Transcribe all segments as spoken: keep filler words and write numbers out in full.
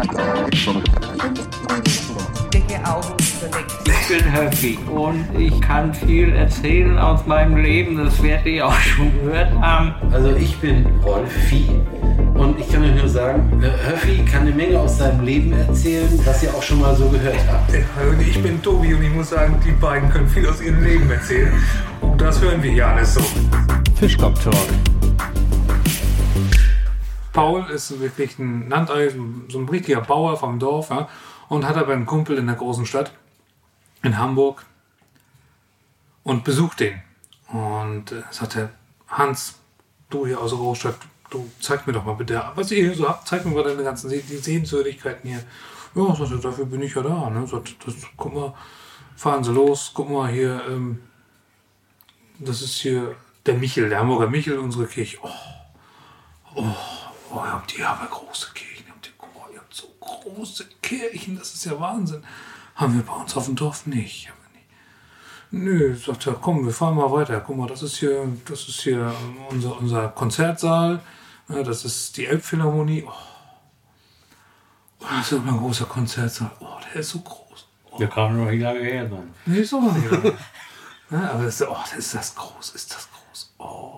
Dicke Augen verdeckt. Ich bin Höffi und ich kann viel erzählen aus meinem Leben, das werdet ihr auch schon gehört haben. Also ich bin Rolfi und ich kann euch nur sagen, Höffi kann eine Menge aus seinem Leben erzählen, was ihr auch schon mal so gehört habt. Und ich bin Tobi und ich muss sagen, die beiden können viel aus ihrem Leben erzählen. Und das hören wir hier alles so. Fischkopf-Talk. Paul ist wirklich ein Landei, so ein richtiger Bauer vom Dorf, ja, und hat aber einen Kumpel in der großen Stadt, in Hamburg, und besucht den. Und äh, sagt er, Hans, du hier aus der Großstadt, du zeig mir doch mal bitte, was ihr hier so habt, zeig mir mal deine ganzen Se- die Sehenswürdigkeiten hier. Ja, sagt er, dafür bin ich ja da. Ne? Sagt, das, guck mal, fahren Sie los, guck mal hier, ähm, das ist hier der Michel, der Hamburger Michel, unsere Kirche. Oh, oh. Oh, ihr habt, ihr habt ja große Kirchen. Ihr habt, oh, ihr habt so große Kirchen. Das ist ja Wahnsinn. Haben wir bei uns auf dem Dorf nicht. Haben wir nicht. Nö, sagt er, komm, wir fahren mal weiter. Guck mal, das ist hier, das ist hier unser, unser Konzertsaal. Ja, das ist die Elbphilharmonie. Oh. Oh, das ist ein großer Konzertsaal. Oh, der ist so groß. Oh. Der kann noch nicht lange her sein. Nee, ist auch noch nicht lange. Ja, aber das ist, oh, das ist das groß. Ist das groß. Oh.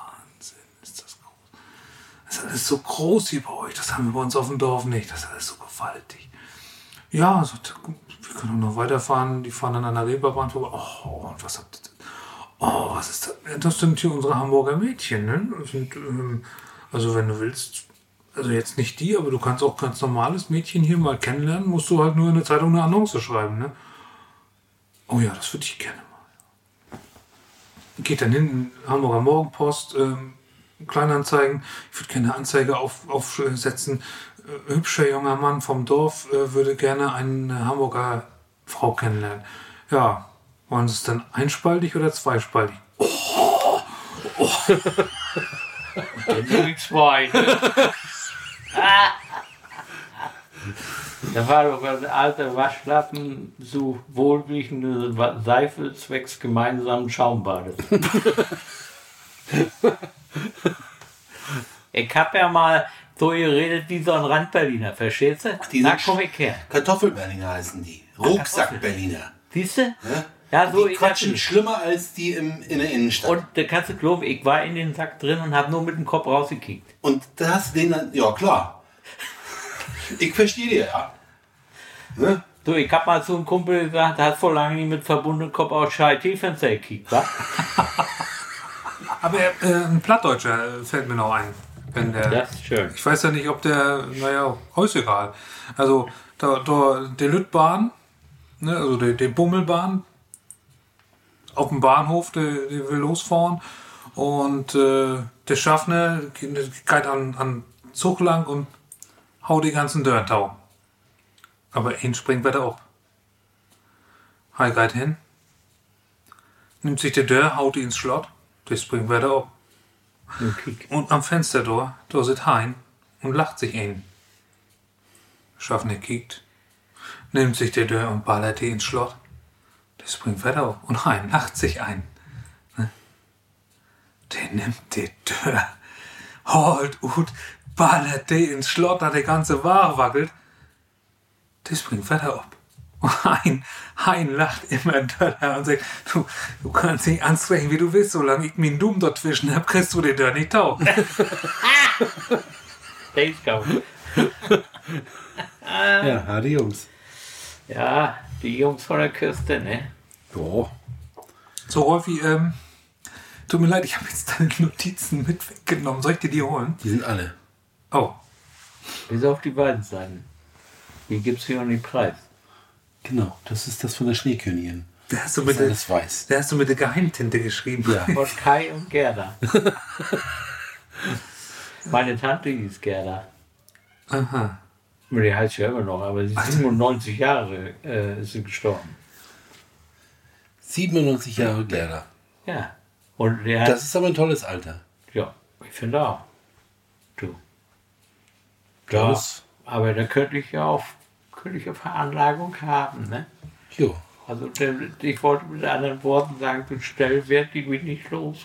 Das ist alles so groß hier bei euch, das haben wir bei uns auf dem Dorf nicht, das ist alles so gewaltig. Ja, so, wir können noch weiterfahren, die fahren dann an der Reeperbahn vorbei. Oh, und was habt ihr denn? Oh, was ist das? Ja, das sind hier unsere Hamburger Mädchen, ne? Das sind, ähm, also wenn du willst, also jetzt nicht die, aber du kannst auch ganz normales Mädchen hier mal kennenlernen, musst du halt nur in der Zeitung eine Annonce schreiben, ne? Oh ja, das würde ich gerne mal. Geht dann hinten, Hamburger Morgenpost, ähm, Kleinanzeigen. Ich würde gerne eine Anzeige auf, aufsetzen. Äh, hübscher junger Mann vom Dorf äh, würde gerne eine Hamburger Frau kennenlernen. Ja, wollen Sie es dann einspaltig oder zweispaltig? Oh, oh. Dann die zwei. Da war doch ein alter Waschlappen, so wohlriechende Seife zwecks gemeinsamen Schaumbades. Ich hab ja mal so geredet wie so ein Randberliner, verstehst du? Die Da sind komm ich her. Kartoffelberliner heißen die. Rucksack-Berliner. Siehst du? Ja? Ja, so Die ich quatschen hab- schlimmer als die im, in der Innenstadt. Und da kannst du glauben, ich war in den Sack drin und hab nur mit dem Kopf rausgekickt. Und da hast du den dann, ja klar. Ich verstehe dir, ja. Ne? So, ich hab mal zu einem Kumpel gesagt, der hat vor lange nicht mit verbundenem Kopf aus Schei-T-Fenster gekickt, wa? Aber äh, ein Plattdeutscher äh, fällt mir noch ein. Wenn der, Das ist schön. Ich weiß ja nicht, ob der, naja, ist egal. Also, da, da, der Lüttbahn, ne, also der, der Bummelbahn, auf dem Bahnhof, der, der will losfahren. Und äh, der Schaffner geht an, an Zug lang und haut die ganzen Dörrtau. Aber ihn springt weiter ab. Hei geht hin, nimmt sich der Dörr, haut ihn ins Schlott, der springt weiter ab. Und am Fenster da, da sitzt Hein und lacht sich ein. Schaffner kickt, nimmt sich der Dörr und ballert die ins Schlott. Der springt weiter auf und Hein lacht sich ein. Ne? Der nimmt die Dörr, holt und ballert die ins Schlott, da der ganze Ware wackelt. Der springt weiter ab. Und Hein, Hein lacht immer doller und sagt, du, du kannst nicht anstrengen, wie du willst, solange ich mir einen Dumm dazwischen hab, kriegst du den Dörr nicht tau. Ja, harte Jungs. Ja, die Jungs von der Küste, ne? Ja. So, Rolfi, ähm, tut mir leid, ich habe jetzt deine Notizen mit weggenommen. Soll ich dir die holen? Die sind alle. Oh. Bis auf die beiden Seiten. Hier gibt's hier noch den Preis. Genau, das ist das von der Schneekönigin. Da hast du Das mit ist der, alles weiß. da hast du mit der Geheimtinte geschrieben. Ja. Von Kai und Gerda. Meine Tante hieß Gerda. Aha. Die heißt ja immer noch, aber sie ist siebenundneunzig Jahre äh, ist sie gestorben. siebenundneunzig Jahre Gerda. Ja. Und der hat, Das ist aber ein tolles Alter. ja, ich finde auch. Du. Ja, Das- aber da könnte ich ja auch könnte Veranlagung haben, ne? Jo. Also der, ich wollte mit anderen Worten sagen, so schnell wird die mich nicht los.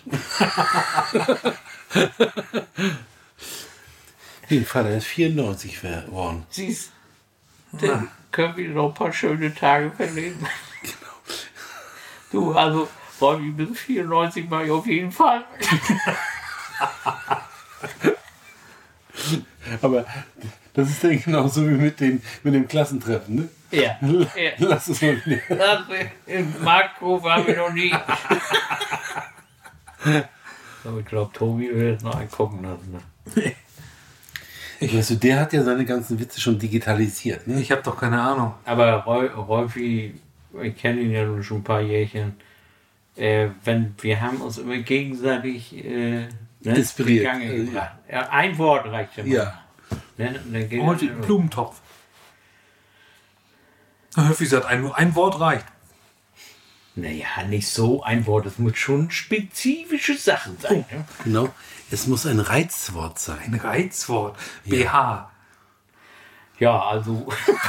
Mein Vater ist vierundneunzig geworden. Siehst, dann können wir noch ein paar schöne Tage verleben. Du, also, Räumi, bis vierundneunzig mal ich auf jeden Fall. Aber das ist dann genauso wie mit dem, mit dem Klassentreffen, ne? Ja. ja. Lass es mal wieder. Das, Im Markthof haben wir noch nie. Aber ich glaube, Tobi will jetzt noch einen gucken lassen. Ne? Weißt du, der hat ja seine ganzen Witze schon digitalisiert, ne? Ich habe doch keine Ahnung. Aber Rolfi, ich kenne ihn ja nun schon ein paar Jährchen. Äh, wenn, wir haben uns immer gegenseitig äh, ne, inspiriert. Gange gebracht. Ja, ein Wort reicht ja mal. Ja. Ne, dann geht Heute das- einen Blumentopf. Wie gesagt, ein, nur ein Wort reicht. Naja, nicht so ein Wort. Es muss schon spezifische Sachen sein. Ne? Genau. Es muss ein Reizwort sein. Ein Reizwort. B H. Ja, also.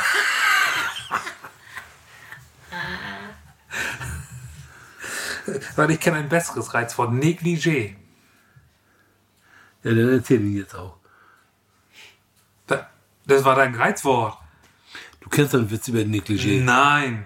Weil ich kenne ein besseres Reizwort. Negligé. Ja, dann erzähl ihn jetzt auch. Da, das war dein Reizwort. Du kennst einen Witz über Negligé. Nein.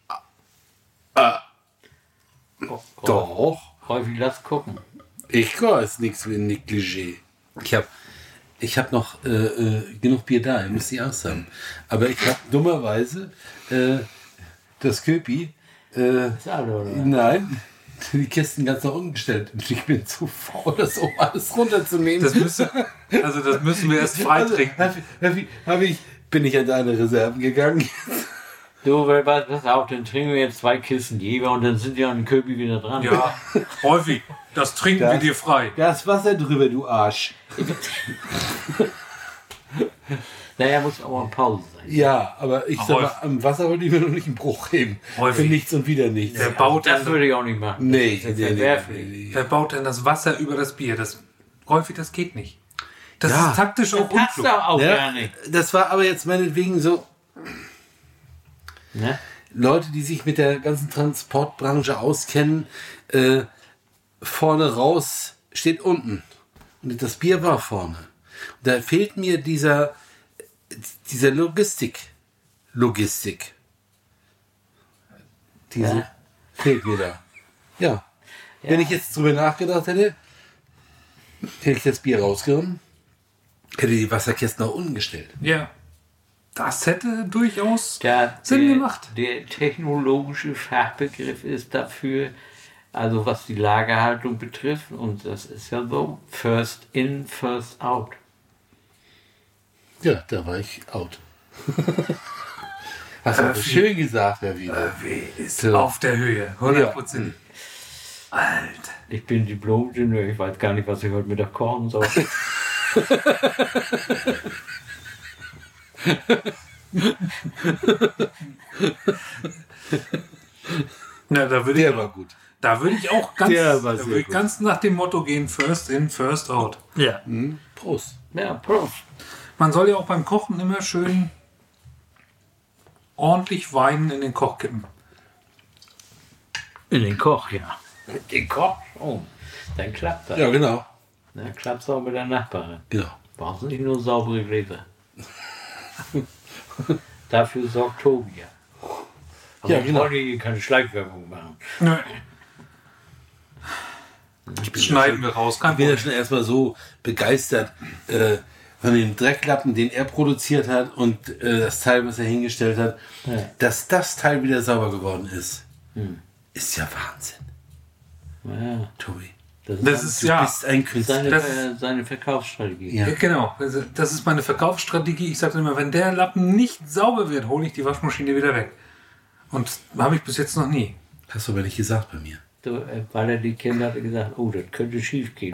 Oh, Doch. Rolfi, lass gucken. Ich weiß nichts wie Negligé. Ich habe ich hab noch äh, äh, genug Bier da, ihr müsst die Angst haben. Aber ich habe dummerweise äh, das Köpi, äh, Ist alle, oder? nein, die Kisten ganz nach unten gestellt. Und ich bin zu faul, das um alles runterzunehmen. Das müssen, also das müssen wir erst frei Also, trinken. hab, hab ich, hab ich, bin ich an deine Reserven gegangen. Du, pass pass auf, dann trinken wir jetzt zwei Kisten Jever und dann sind wir an den Köpi wieder dran. Ja, häufig. Das trinken Das- wir dir frei. Das Wasser drüber, du Arsch. Naja, muss auch mal Pause sein. Ja, aber ich Ach, sag mal, Rolf. am Wasser wollte ich mir noch nicht einen Bruch heben. Häufig. Für nichts und wieder nichts. Wer baut, Das denn, würde ich auch nicht machen. Nee, das ist nee, nee, verwerflich. nee, nee. wer baut denn das Wasser über das Bier? Das, Rolfi, das geht nicht. Das Ja. ist taktisch auch Passt unklug. doch auch Ja, gar nicht. das war aber jetzt meinetwegen so, Ne? Leute, die sich mit der ganzen Transportbranche auskennen, äh, vorne raus steht unten. Und das Bier war vorne. Und da fehlt mir dieser, dieser Logistik. Logistik. Diese Ja. fehlt mir da. Ja. Wenn ich jetzt drüber nachgedacht hätte, hätte ich das Bier rausgenommen, hätte die Wasserkästen nach unten gestellt. Ja. Das hätte durchaus Der, Sinn der, gemacht. Der technologische Fachbegriff ist dafür, also was die Lagerhaltung betrifft, und das ist ja so, first in, first out. Ja, da war ich out. Hast du aber schön gesagt, Herr Wiener. ist So. auf der Höhe. hundert Prozent. Alter. Ich bin Diplom-Ingenieur, ich weiß gar nicht, was ich heute Mittag kochen soll. Na, da würde Der ich, war gut. da würde ich auch ganz, Der da war sehr würde ich gut. ganz nach dem Motto gehen, first in, first out. Ja. Prost. Ja, Prost. Man soll ja auch beim Kochen immer schön ordentlich Wein in den Koch kippen. In den Koch, ja. In den Koch? Oh, dann klappt das. Ja, genau. Dann klappt es auch mit der Nachbarin. Genau. Brauchst du nicht nur saubere Gläser. Dafür sorgt Tobi ja. Aber Ja, ich genau. wollte hier keine Schleichwerbung machen. Nö. Ich bin Schneiden ja wir raus. schon, Kein ich bin ja Problem. schon erstmal so begeistert äh, von dem Drecklappen, den er produziert hat und äh, das Teil, was er hingestellt hat, Ja. dass das Teil wieder sauber geworden ist. Ist ja Wahnsinn, Ja, Tobi. das ist, Das ist Du ja. bist ein Künstler. seine, das- äh, seine Verkaufsstrategie. Ja. Ja, genau. Also, das ist meine Verkaufsstrategie. Ich sage immer, wenn der Lappen nicht sauber wird, hole ich die Waschmaschine wieder weg. Und habe ich bis jetzt noch nie. Hast du aber nicht gesagt bei mir. So, äh, weil er die Kinder hatte gesagt, oh, das könnte schief gehen.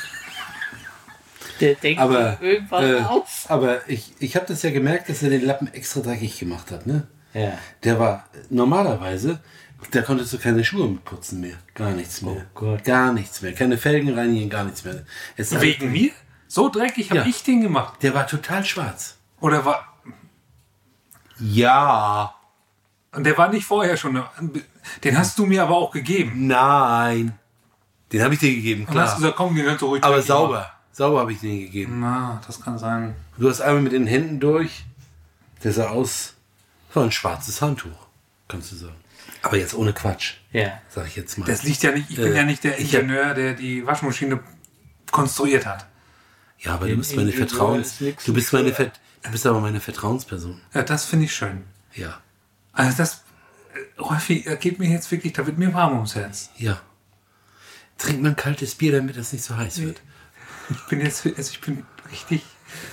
Der denkt Aber, sich irgendwas äh, aus. aber ich, ich habe das ja gemerkt, dass er den Lappen extra dreckig gemacht hat. Ne? Ja. Der war normalerweise, da konntest du keine Schuhe mit putzen mehr. Gar nichts mehr. Oh Gott. Gar nichts mehr. Keine Felgen reinigen, gar nichts mehr. Es Wegen mir? So dreckig habe Ja. ich den gemacht. Der war total schwarz. Oder war. Ja. Und der war nicht vorher schon. Den hast du mir aber auch gegeben. Nein. Den habe ich dir gegeben, Und hast klar. gesagt, komm, den kannst du ruhig Aber dreckig sauber. Sauber habe ich den gegeben. machen. Na, das kann sein. Du hast einmal mit den Händen durch. Der sah aus, war ein schwarzes Handtuch, kannst du sagen. Aber jetzt ohne Quatsch, Ja. sag ich jetzt mal. Das liegt ja nicht, ich bin Äh, ja nicht der ich hab- Ingenieur, der die Waschmaschine konstruiert hat. Ja, aber du Den bist meine Ingenieur Vertrauens... ist nix Du bist meine so Ver, Du bist aber meine Vertrauensperson. Ja, das finde ich schön. Ja, Also das, äh, Rolfi, äh, geht mir jetzt wirklich, da wird mir warm ums Herz. ja. Trink mal ein kaltes Bier, damit das nicht so heiß wird. Ich bin jetzt, also ich bin richtig...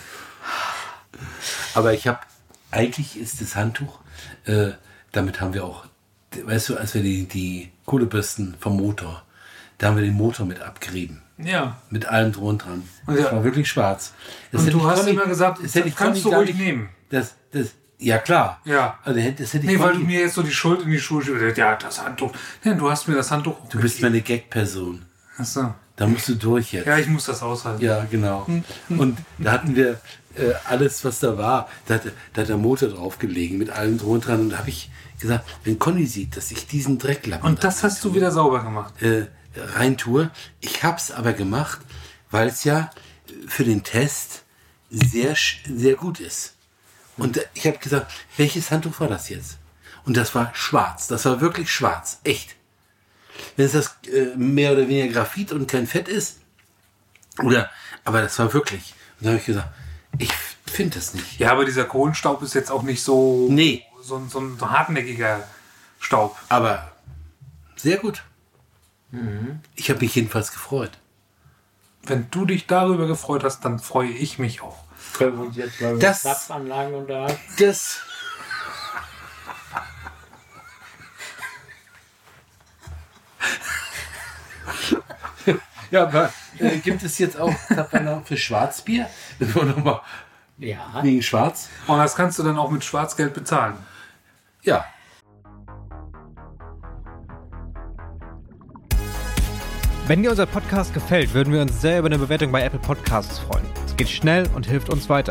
Aber ich habe, eigentlich ist das Handtuch, äh, damit haben wir auch, weißt du, als wir die, die Kohlebürsten vom Motor, da haben wir den Motor mit abgerieben. Ja. Mit allem drum und dran. Ja. Das war wirklich schwarz. Das Und hätte du ich hast Conny- immer gesagt, das hätte ich das kannst Conny du gar ruhig nicht- nehmen. Das, das, ja, klar. Ja. Also, das hätte ich Nee, weil Conny- du mir jetzt so die Schuld in die Schuhe schiebst. Ja, das Handtuch. Ja, du hast mir das Handtuch auch Du bist meine Gag-Person. Achso. Da musst du durch jetzt. Ja, ich muss das aushalten. Ja, genau. Und da hatten wir äh, alles, was da war. Da hat, da hat der Motor drauf gelegen mit allem drum und dran. Und da habe ich gesagt, wenn Conny sieht, dass ich diesen Drecklappen Und das hast du wieder sauber gemacht. äh, rein tue. Ich habe es aber gemacht, weil es ja für den Test sehr, sch- sehr gut ist. Und äh, ich habe gesagt, welches Handtuch war das jetzt? Und das war schwarz. Das war wirklich schwarz. Echt. Wenn es das äh, mehr oder weniger Graphit und kein Fett ist, oder, aber das war wirklich. Und da habe ich gesagt, ich finde das nicht. Ja, aber dieser Kohlenstaub ist jetzt auch nicht so, Nee. so, so ein hartnäckiger Staub. Aber sehr gut. Ich habe mich jedenfalls gefreut. Wenn du dich darüber gefreut hast, dann freue ich mich auch. Können wir uns jetzt mal über Das- Zapfanlagen unterhalten? Das. Ja, aber äh, gibt es jetzt auch Zapfanlagen für Schwarzbier? Das war noch mal Ja. wegen Schwarz. Und das kannst du dann auch mit Schwarzgeld bezahlen. Ja. Wenn dir unser Podcast gefällt, würden wir uns sehr über eine Bewertung bei Apple Podcasts freuen. Es geht schnell und hilft uns weiter.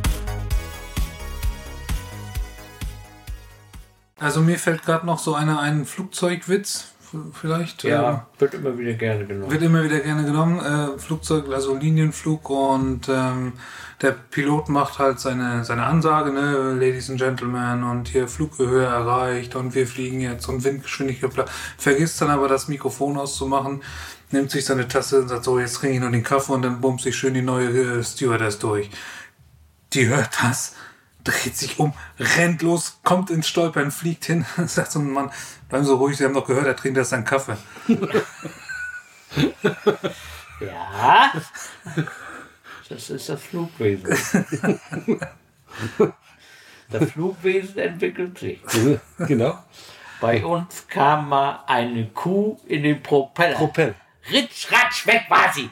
Also mir fällt gerade noch so einer ein Flugzeugwitz f- vielleicht. Ja, wird immer wieder gerne genommen. Wird immer wieder gerne genommen. Äh, Flugzeug, also Linienflug und ähm, der Pilot macht halt seine, seine Ansage, ne, Ladies and Gentlemen, und hier Flughöhe erreicht und wir fliegen jetzt und Windgeschwindigkeit, bla. Vergisst dann aber das Mikrofon auszumachen, nimmt sich seine Tasse und sagt so, jetzt trinke ich noch den Kaffee und dann bumst sich schön die neue äh, Stewardess durch. Die hört das, dreht sich um, rennt los, kommt ins Stolpern, fliegt hin, sagt so ein Mann, bleiben Sie ruhig, Sie haben doch gehört, er trinkt erst seinen Kaffee. Ja. Das ist das Flugwesen. Das Flugwesen entwickelt sich. Genau. Bei uns kam mal eine Kuh in den Propeller. Propell. Ritsch, ratsch, weg war sie.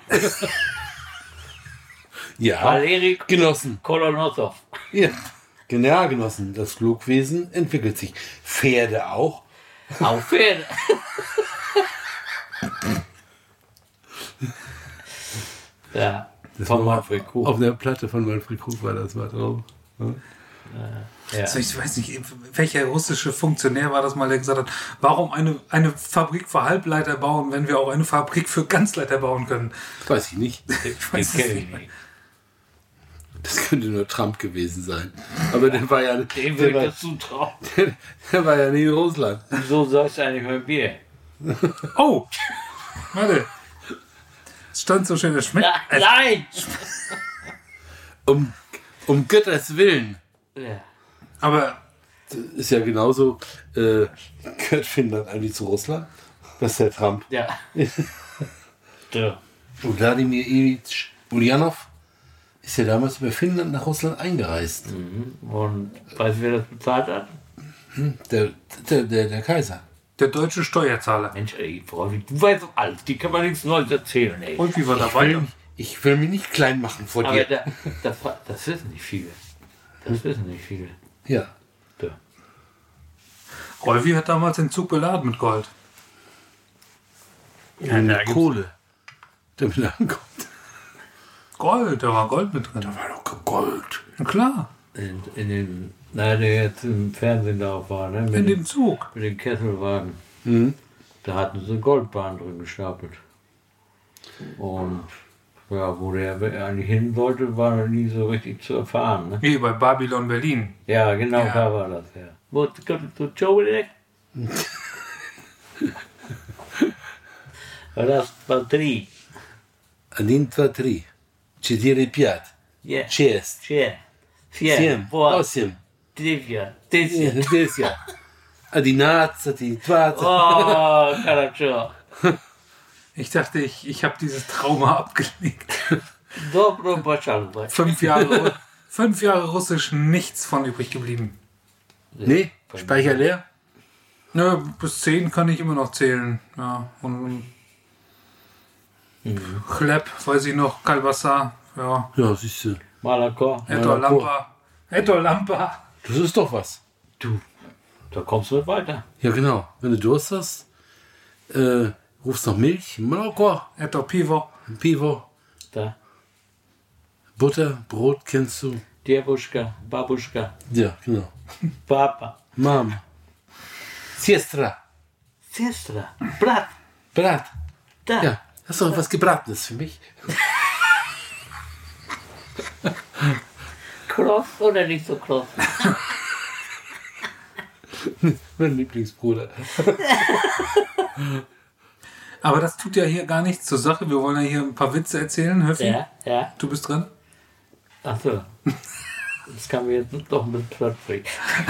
Ja. Valery Genossen. Kolonossow. Ja. Genau, Genossen. Das Flugwesen entwickelt sich. Pferde auch. Auf Pferde. Ja, Das von war Manfred Kuh. Auf der Platte von Manfred Krug war das mal drauf. Ja. Also ich weiß nicht, welcher russische Funktionär war das mal, der gesagt hat, warum eine, eine Fabrik für Halbleiter bauen, wenn wir auch eine Fabrik für Ganzleiter bauen können. Das weiß ich nicht. Ich weiß Den es kenn ich nicht. nicht. Das könnte nur Trump gewesen sein. Aber der war ja, Dem der will ich war, das zutrauen. der war ja nie in Russland. Wieso sagst du eigentlich mein Bier? Oh, warte. Es stand so schön, es schmeckt. Ja, es, nein! Um, um Götters Willen. Ja. aber Ist ja genauso, äh, gehört Finnland eigentlich zu Russland? Das ist der Trump. Ja. So. Und Wladimir Ilyich Ulyanov ist ja damals über Finnland nach Russland eingereist. Und weißt du, wer das bezahlt hat? Der, der, der, der Kaiser. der deutsche Steuerzahler. Mensch, ey, Frau, du weißt doch alles. Die kann man nichts Neues erzählen, ey. Und wie war Ich dabei? will, ich will mich nicht klein machen vor Aber dir. da, das, war- das wissen nicht viele. Das wissen nicht viele. Ja. So. Rolfi hat damals den Zug beladen mit Gold. Ja, da gibt's- Kohle. Damit er ankommt. Gold, da war Gold mit drin. Da war doch Gold. Na klar, In, in den, na, der jetzt im Fernsehen da auch war, ne? Mit, in dem, dem Zug. mit dem Kesselwagen. Mhm. Da hatten sie Goldbahn drin gestapelt. Und Ja, wo der eigentlich hin wollte, war noch nie so richtig zu erfahren. Ne? Wie bei Babylon Berlin. Ja, genau, Ja. da war das, ja. Wo kommt du Joe Раз, два, три. Один, два, три. Четыре, пять. Yeah. Шесть. Четыре. Семь. Семь. Восемь. Восемь. Девять. Десять. Десять. Одиннадцать. Двадцать. Oh, хорошо. Ich dachte, ich, ich habe dieses Trauma abgelegt. Добро пожаловать. Fünf Jahre, fünf Jahre Russisch, nichts von übrig geblieben. Nee, Speicher leer. Ja, bis zehn kann ich immer noch zählen. Ja, und Chleb, weiß ich noch, Kalbasa, ja. Ja, siehst du. Malako. Etor Lampa. Etor Lampa. Das ist doch was. Du, da kommst du nicht weiter. Ja, genau. Wenn du Durst hast, äh, rufst noch Milch, Marokko, Etor Pivo. Pivo, Da. Butter, Brot kennst du. Debuschka, Babuschka, Ja, genau. Papa. Mom. Siestra. Sestra. Brat. Brat. Da. Ja, hast du noch was Gebratenes für mich? Kross oder nicht so kross? Mein Lieblingsbruder. Aber das tut ja hier gar nichts zur Sache. Wir wollen ja hier ein paar Witze erzählen, Höffi. Ja, ja. Du bist dran. Ach so. Das kann mir jetzt doch mit Plot bringen.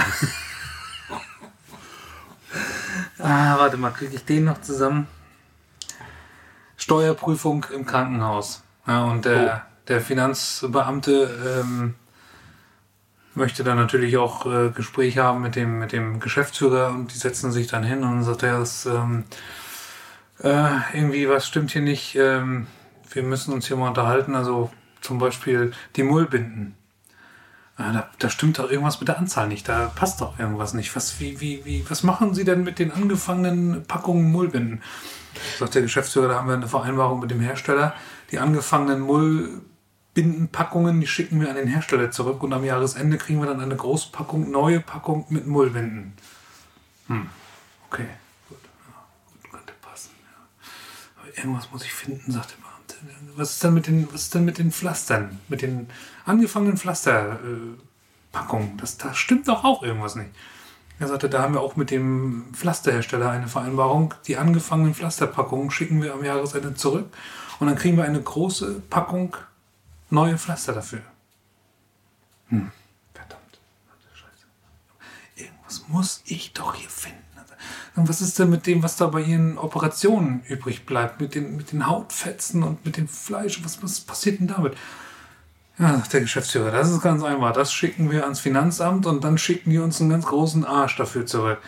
Ah, warte mal, kriege ich den noch zusammen? Steuerprüfung im Krankenhaus. Ja, und der, der Finanzbeamte ähm, möchte dann natürlich auch äh, Gespräch haben mit dem, mit dem Geschäftsführer und die setzen sich dann hin und dann sagt er, das, ähm, äh, irgendwie was stimmt hier nicht, ähm, wir müssen uns hier mal unterhalten, also zum Beispiel die Mullbinden. Ja, da, da stimmt doch irgendwas mit der Anzahl nicht, da passt doch irgendwas nicht. Was, wie, wie, wie, was machen Sie denn mit den angefangenen Packungen Mullbinden? Sagt der Geschäftsführer, da haben wir eine Vereinbarung mit dem Hersteller. Die angefangenen Mullbindenpackungen, die schicken wir an den Hersteller zurück und am Jahresende kriegen wir dann eine Großpackung, neue Packung mit Mullbinden. Hm, okay, gut, ja, gut, könnte passen. Ja. Aber irgendwas muss ich finden, sagt der Beamte. Was ist denn mit den, was ist denn mit den Pflastern, mit den angefangenen Pflasterpackungen? Äh, das, das stimmt doch auch irgendwas nicht. Er sagte, da haben wir auch mit dem Pflasterhersteller eine Vereinbarung. Die angefangenen Pflasterpackungen schicken wir am Jahresende zurück und dann kriegen wir eine große Packung neue Pflaster dafür. Hm, verdammt. Scheiße. Irgendwas muss ich doch hier finden. Und was ist denn mit dem, was da bei Ihren Operationen übrig bleibt? Mit den, mit den Hautfetzen und mit dem Fleisch? Was, was passiert denn damit? Ja, sagt der Geschäftsführer, das ist ganz einfach. Das schicken wir ans Finanzamt und dann schicken die uns einen ganz großen Arsch dafür zurück.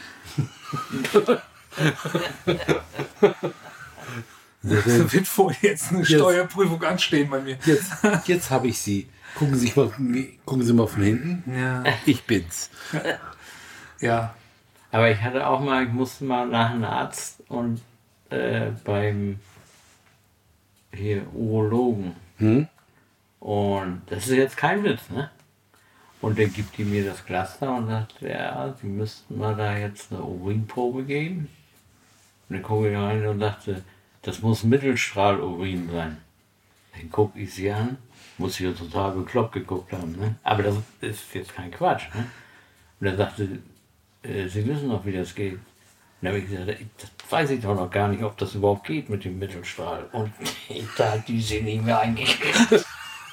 Da wird wohl jetzt eine Steuerprüfung anstehen bei mir. Jetzt, jetzt habe ich sie. Gucken Sie, sich mal, gucken Sie mal von hinten. Ja. Ich bin's. Ja. Aber ich hatte auch mal, ich musste mal nach einem Arzt und äh, beim hier Urologen. Hm? Und das ist jetzt kein Witz, ne? Und dann gibt die mir das Cluster und sagt, ja, sie müssten mal da jetzt eine Urinprobe geben. Und dann gucke ich rein und dachte, das muss Mittelstrahlurin sein. Dann gucke ich sie an, muss ich ja total bekloppt geguckt haben, ne? Aber das ist jetzt kein Quatsch, ne? Und er sagte, äh, Sie wissen doch, wie das geht. Und dann habe ich gesagt, das weiß ich doch noch gar nicht, ob das überhaupt geht mit dem Mittelstrahl. Und da hat die sie nicht mehr eingekriegt.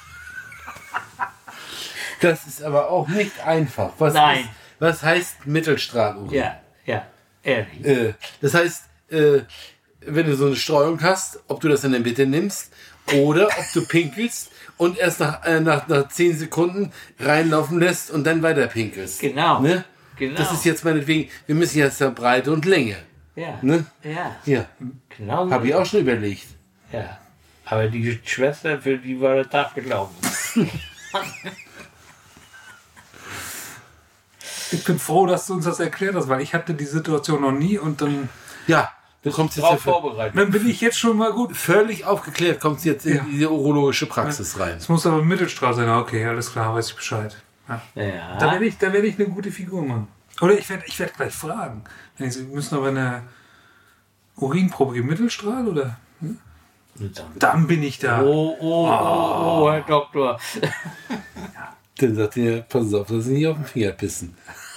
Das ist aber auch nicht einfach. Was Nein. Ist, was heißt Mittelstrahlurin? Ja, ja, ehrlich. Äh, das heißt, äh, wenn du so eine Streuung hast, ob du das in der Mitte nimmst oder ob du pinkelst und erst nach, äh, nach, nach zehn Sekunden reinlaufen lässt und dann weiter pinkelst. Genau. Ne? Genau. Das ist jetzt meinetwegen, wir müssen jetzt ja Breite und Länge. Ja. Ne? Ja. Ja, Genau. so. habe ich auch schon überlegt. Ja. Aber die Schwester, für die war der Tag gelaufen. Ich bin froh, dass du uns das erklärt hast, weil ich hatte die Situation noch nie und dann, Ja, du kommst jetzt Drauf dafür vorbereitet. dann bin ich jetzt schon mal gut. völlig aufgeklärt, kommst jetzt in Ja. diese urologische Praxis rein. Es muss aber Mittelstrahl sein. Okay, alles klar, weiß ich Bescheid. Ja. Da Ja. werde ich, da werde ich eine gute Figur machen. Oder ich werde ich werd gleich fragen. Wenn ich, wir müssen aber eine Urinprobe geben. Mittelstrahl oder? Dann bin ich da. Oh, oh, oh, oh, Herr Doktor. Dann sagt ihr, pass auf, dass Sie nicht auf den Finger pissen.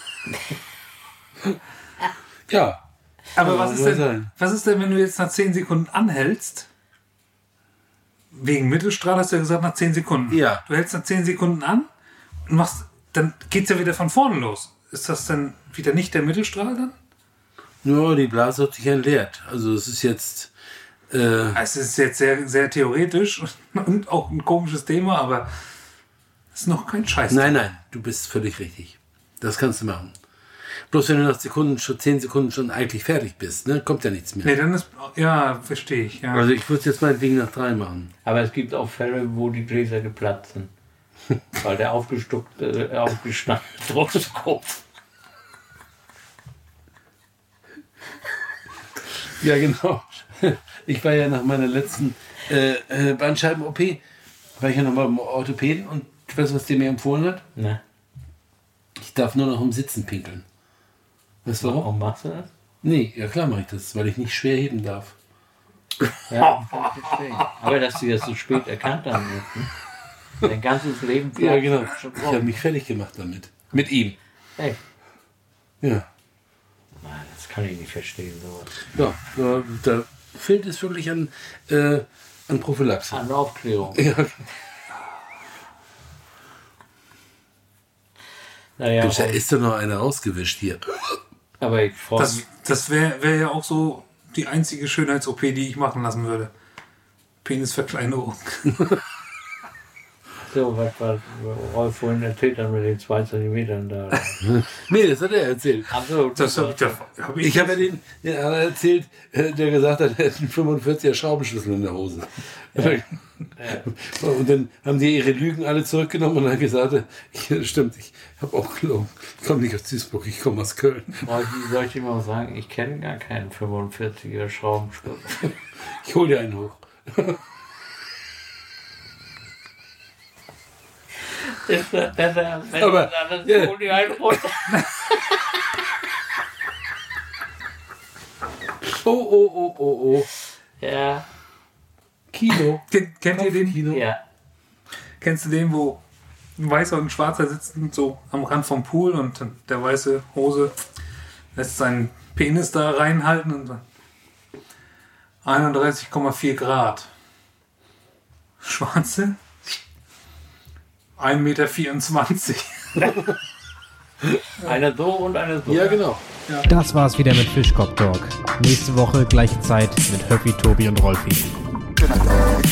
Ja. Aber Ja, was ist, soll denn, sein. was ist denn, wenn du jetzt nach zehn Sekunden anhältst? Wegen Mittelstrahl hast du ja gesagt, nach zehn Sekunden. Ja. Du hältst nach zehn Sekunden an und machst, dann geht's ja wieder von vorne los. Ist das dann wieder nicht der Mittelstrahl dann? Nur die Blase hat sich entleert. Also es ist jetzt... Äh, Es ist jetzt sehr, sehr theoretisch und auch ein komisches Thema, aber es ist noch kein Scheiß. nein, nein, du bist völlig richtig. Das kannst du machen. Bloß wenn du nach Sekunden schon, zehn Sekunden schon eigentlich fertig bist, ne, kommt ja nichts mehr. Nee, dann ist, ja, verstehe ich, ja. Also ich würde es jetzt meinetwegen nach drei machen. Aber es gibt auch Fälle, wo die Gläser geplatzt sind. Weil der aufgestuckte, äh, aufgeschnappte Druck ist groß. Ja, genau. Ich war ja nach meiner letzten äh, äh, Bandscheiben-O P, war ich ja noch mal beim Orthopäden und ich weiß, was der mir empfohlen hat. Ne? Ich darf nur noch im Sitzen pinkeln. Weißt du warum? Warum machst du das? Nee, ja klar mache ich das, weil ich nicht schwer heben darf. Ja, kann ich verstehen. Aber dass du das so spät erkannt haben wirst, ne? Dein ganzes Leben Ja, genau. schon Ich habe mich fertig gemacht damit. Mit ihm. Echt? Ja. Nein, das kann ich nicht verstehen. Sowas. Ja, da, da fehlt es wirklich an, äh, an Prophylaxe. An Aufklärung. Ja. Naja, Mensch, da und- ist doch noch einer rausgewischt hier. aber ich freue Das, mich. das wäre wär ja auch so die einzige Schönheits-O P, die ich machen lassen würde. Penisverkleinerung. So, was war Rolf vorhin erzählt hat mit den zwei Zentimetern da. Nee, das hat er erzählt. Also, Das habe ich, da, hab ich, Ich habe ja den, den hat er erzählt, äh, der gesagt hat, er hat einen fünfundvierziger Schraubenschlüssel in der Hose. Und dann haben die ihre Lügen alle zurückgenommen und dann gesagt, äh, ja, stimmt, ich habe auch gelogen. Ich komme nicht aus Duisburg, ich komme aus Köln. soll ich, soll ich dir mal sagen, ich kenne gar keinen fünfundvierziger Schraubenschlüssel. Ich hole dir einen hoch. Ist das besser, wenn Aber, du dann ja. das Pony einen runter. Oh, oh, oh, oh, oh. Ja, Kino. Ken- kennt ihr den? Kino. ja. Kennst du den, wo ein Weißer und ein Schwarzer sitzen so am Rand vom Pool und der weiße Hose lässt seinen Penis da reinhalten und so. einunddreißig Komma vier Grad. Schwarze ein Meter vierundzwanzig. Einer so und einer so. Ja, genau. Das war's wieder mit Fischkopf Talk. Nächste Woche gleiche Zeit mit Höffi, Tobi und Rolfi.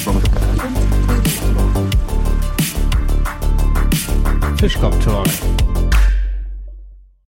Fischkopf Talk,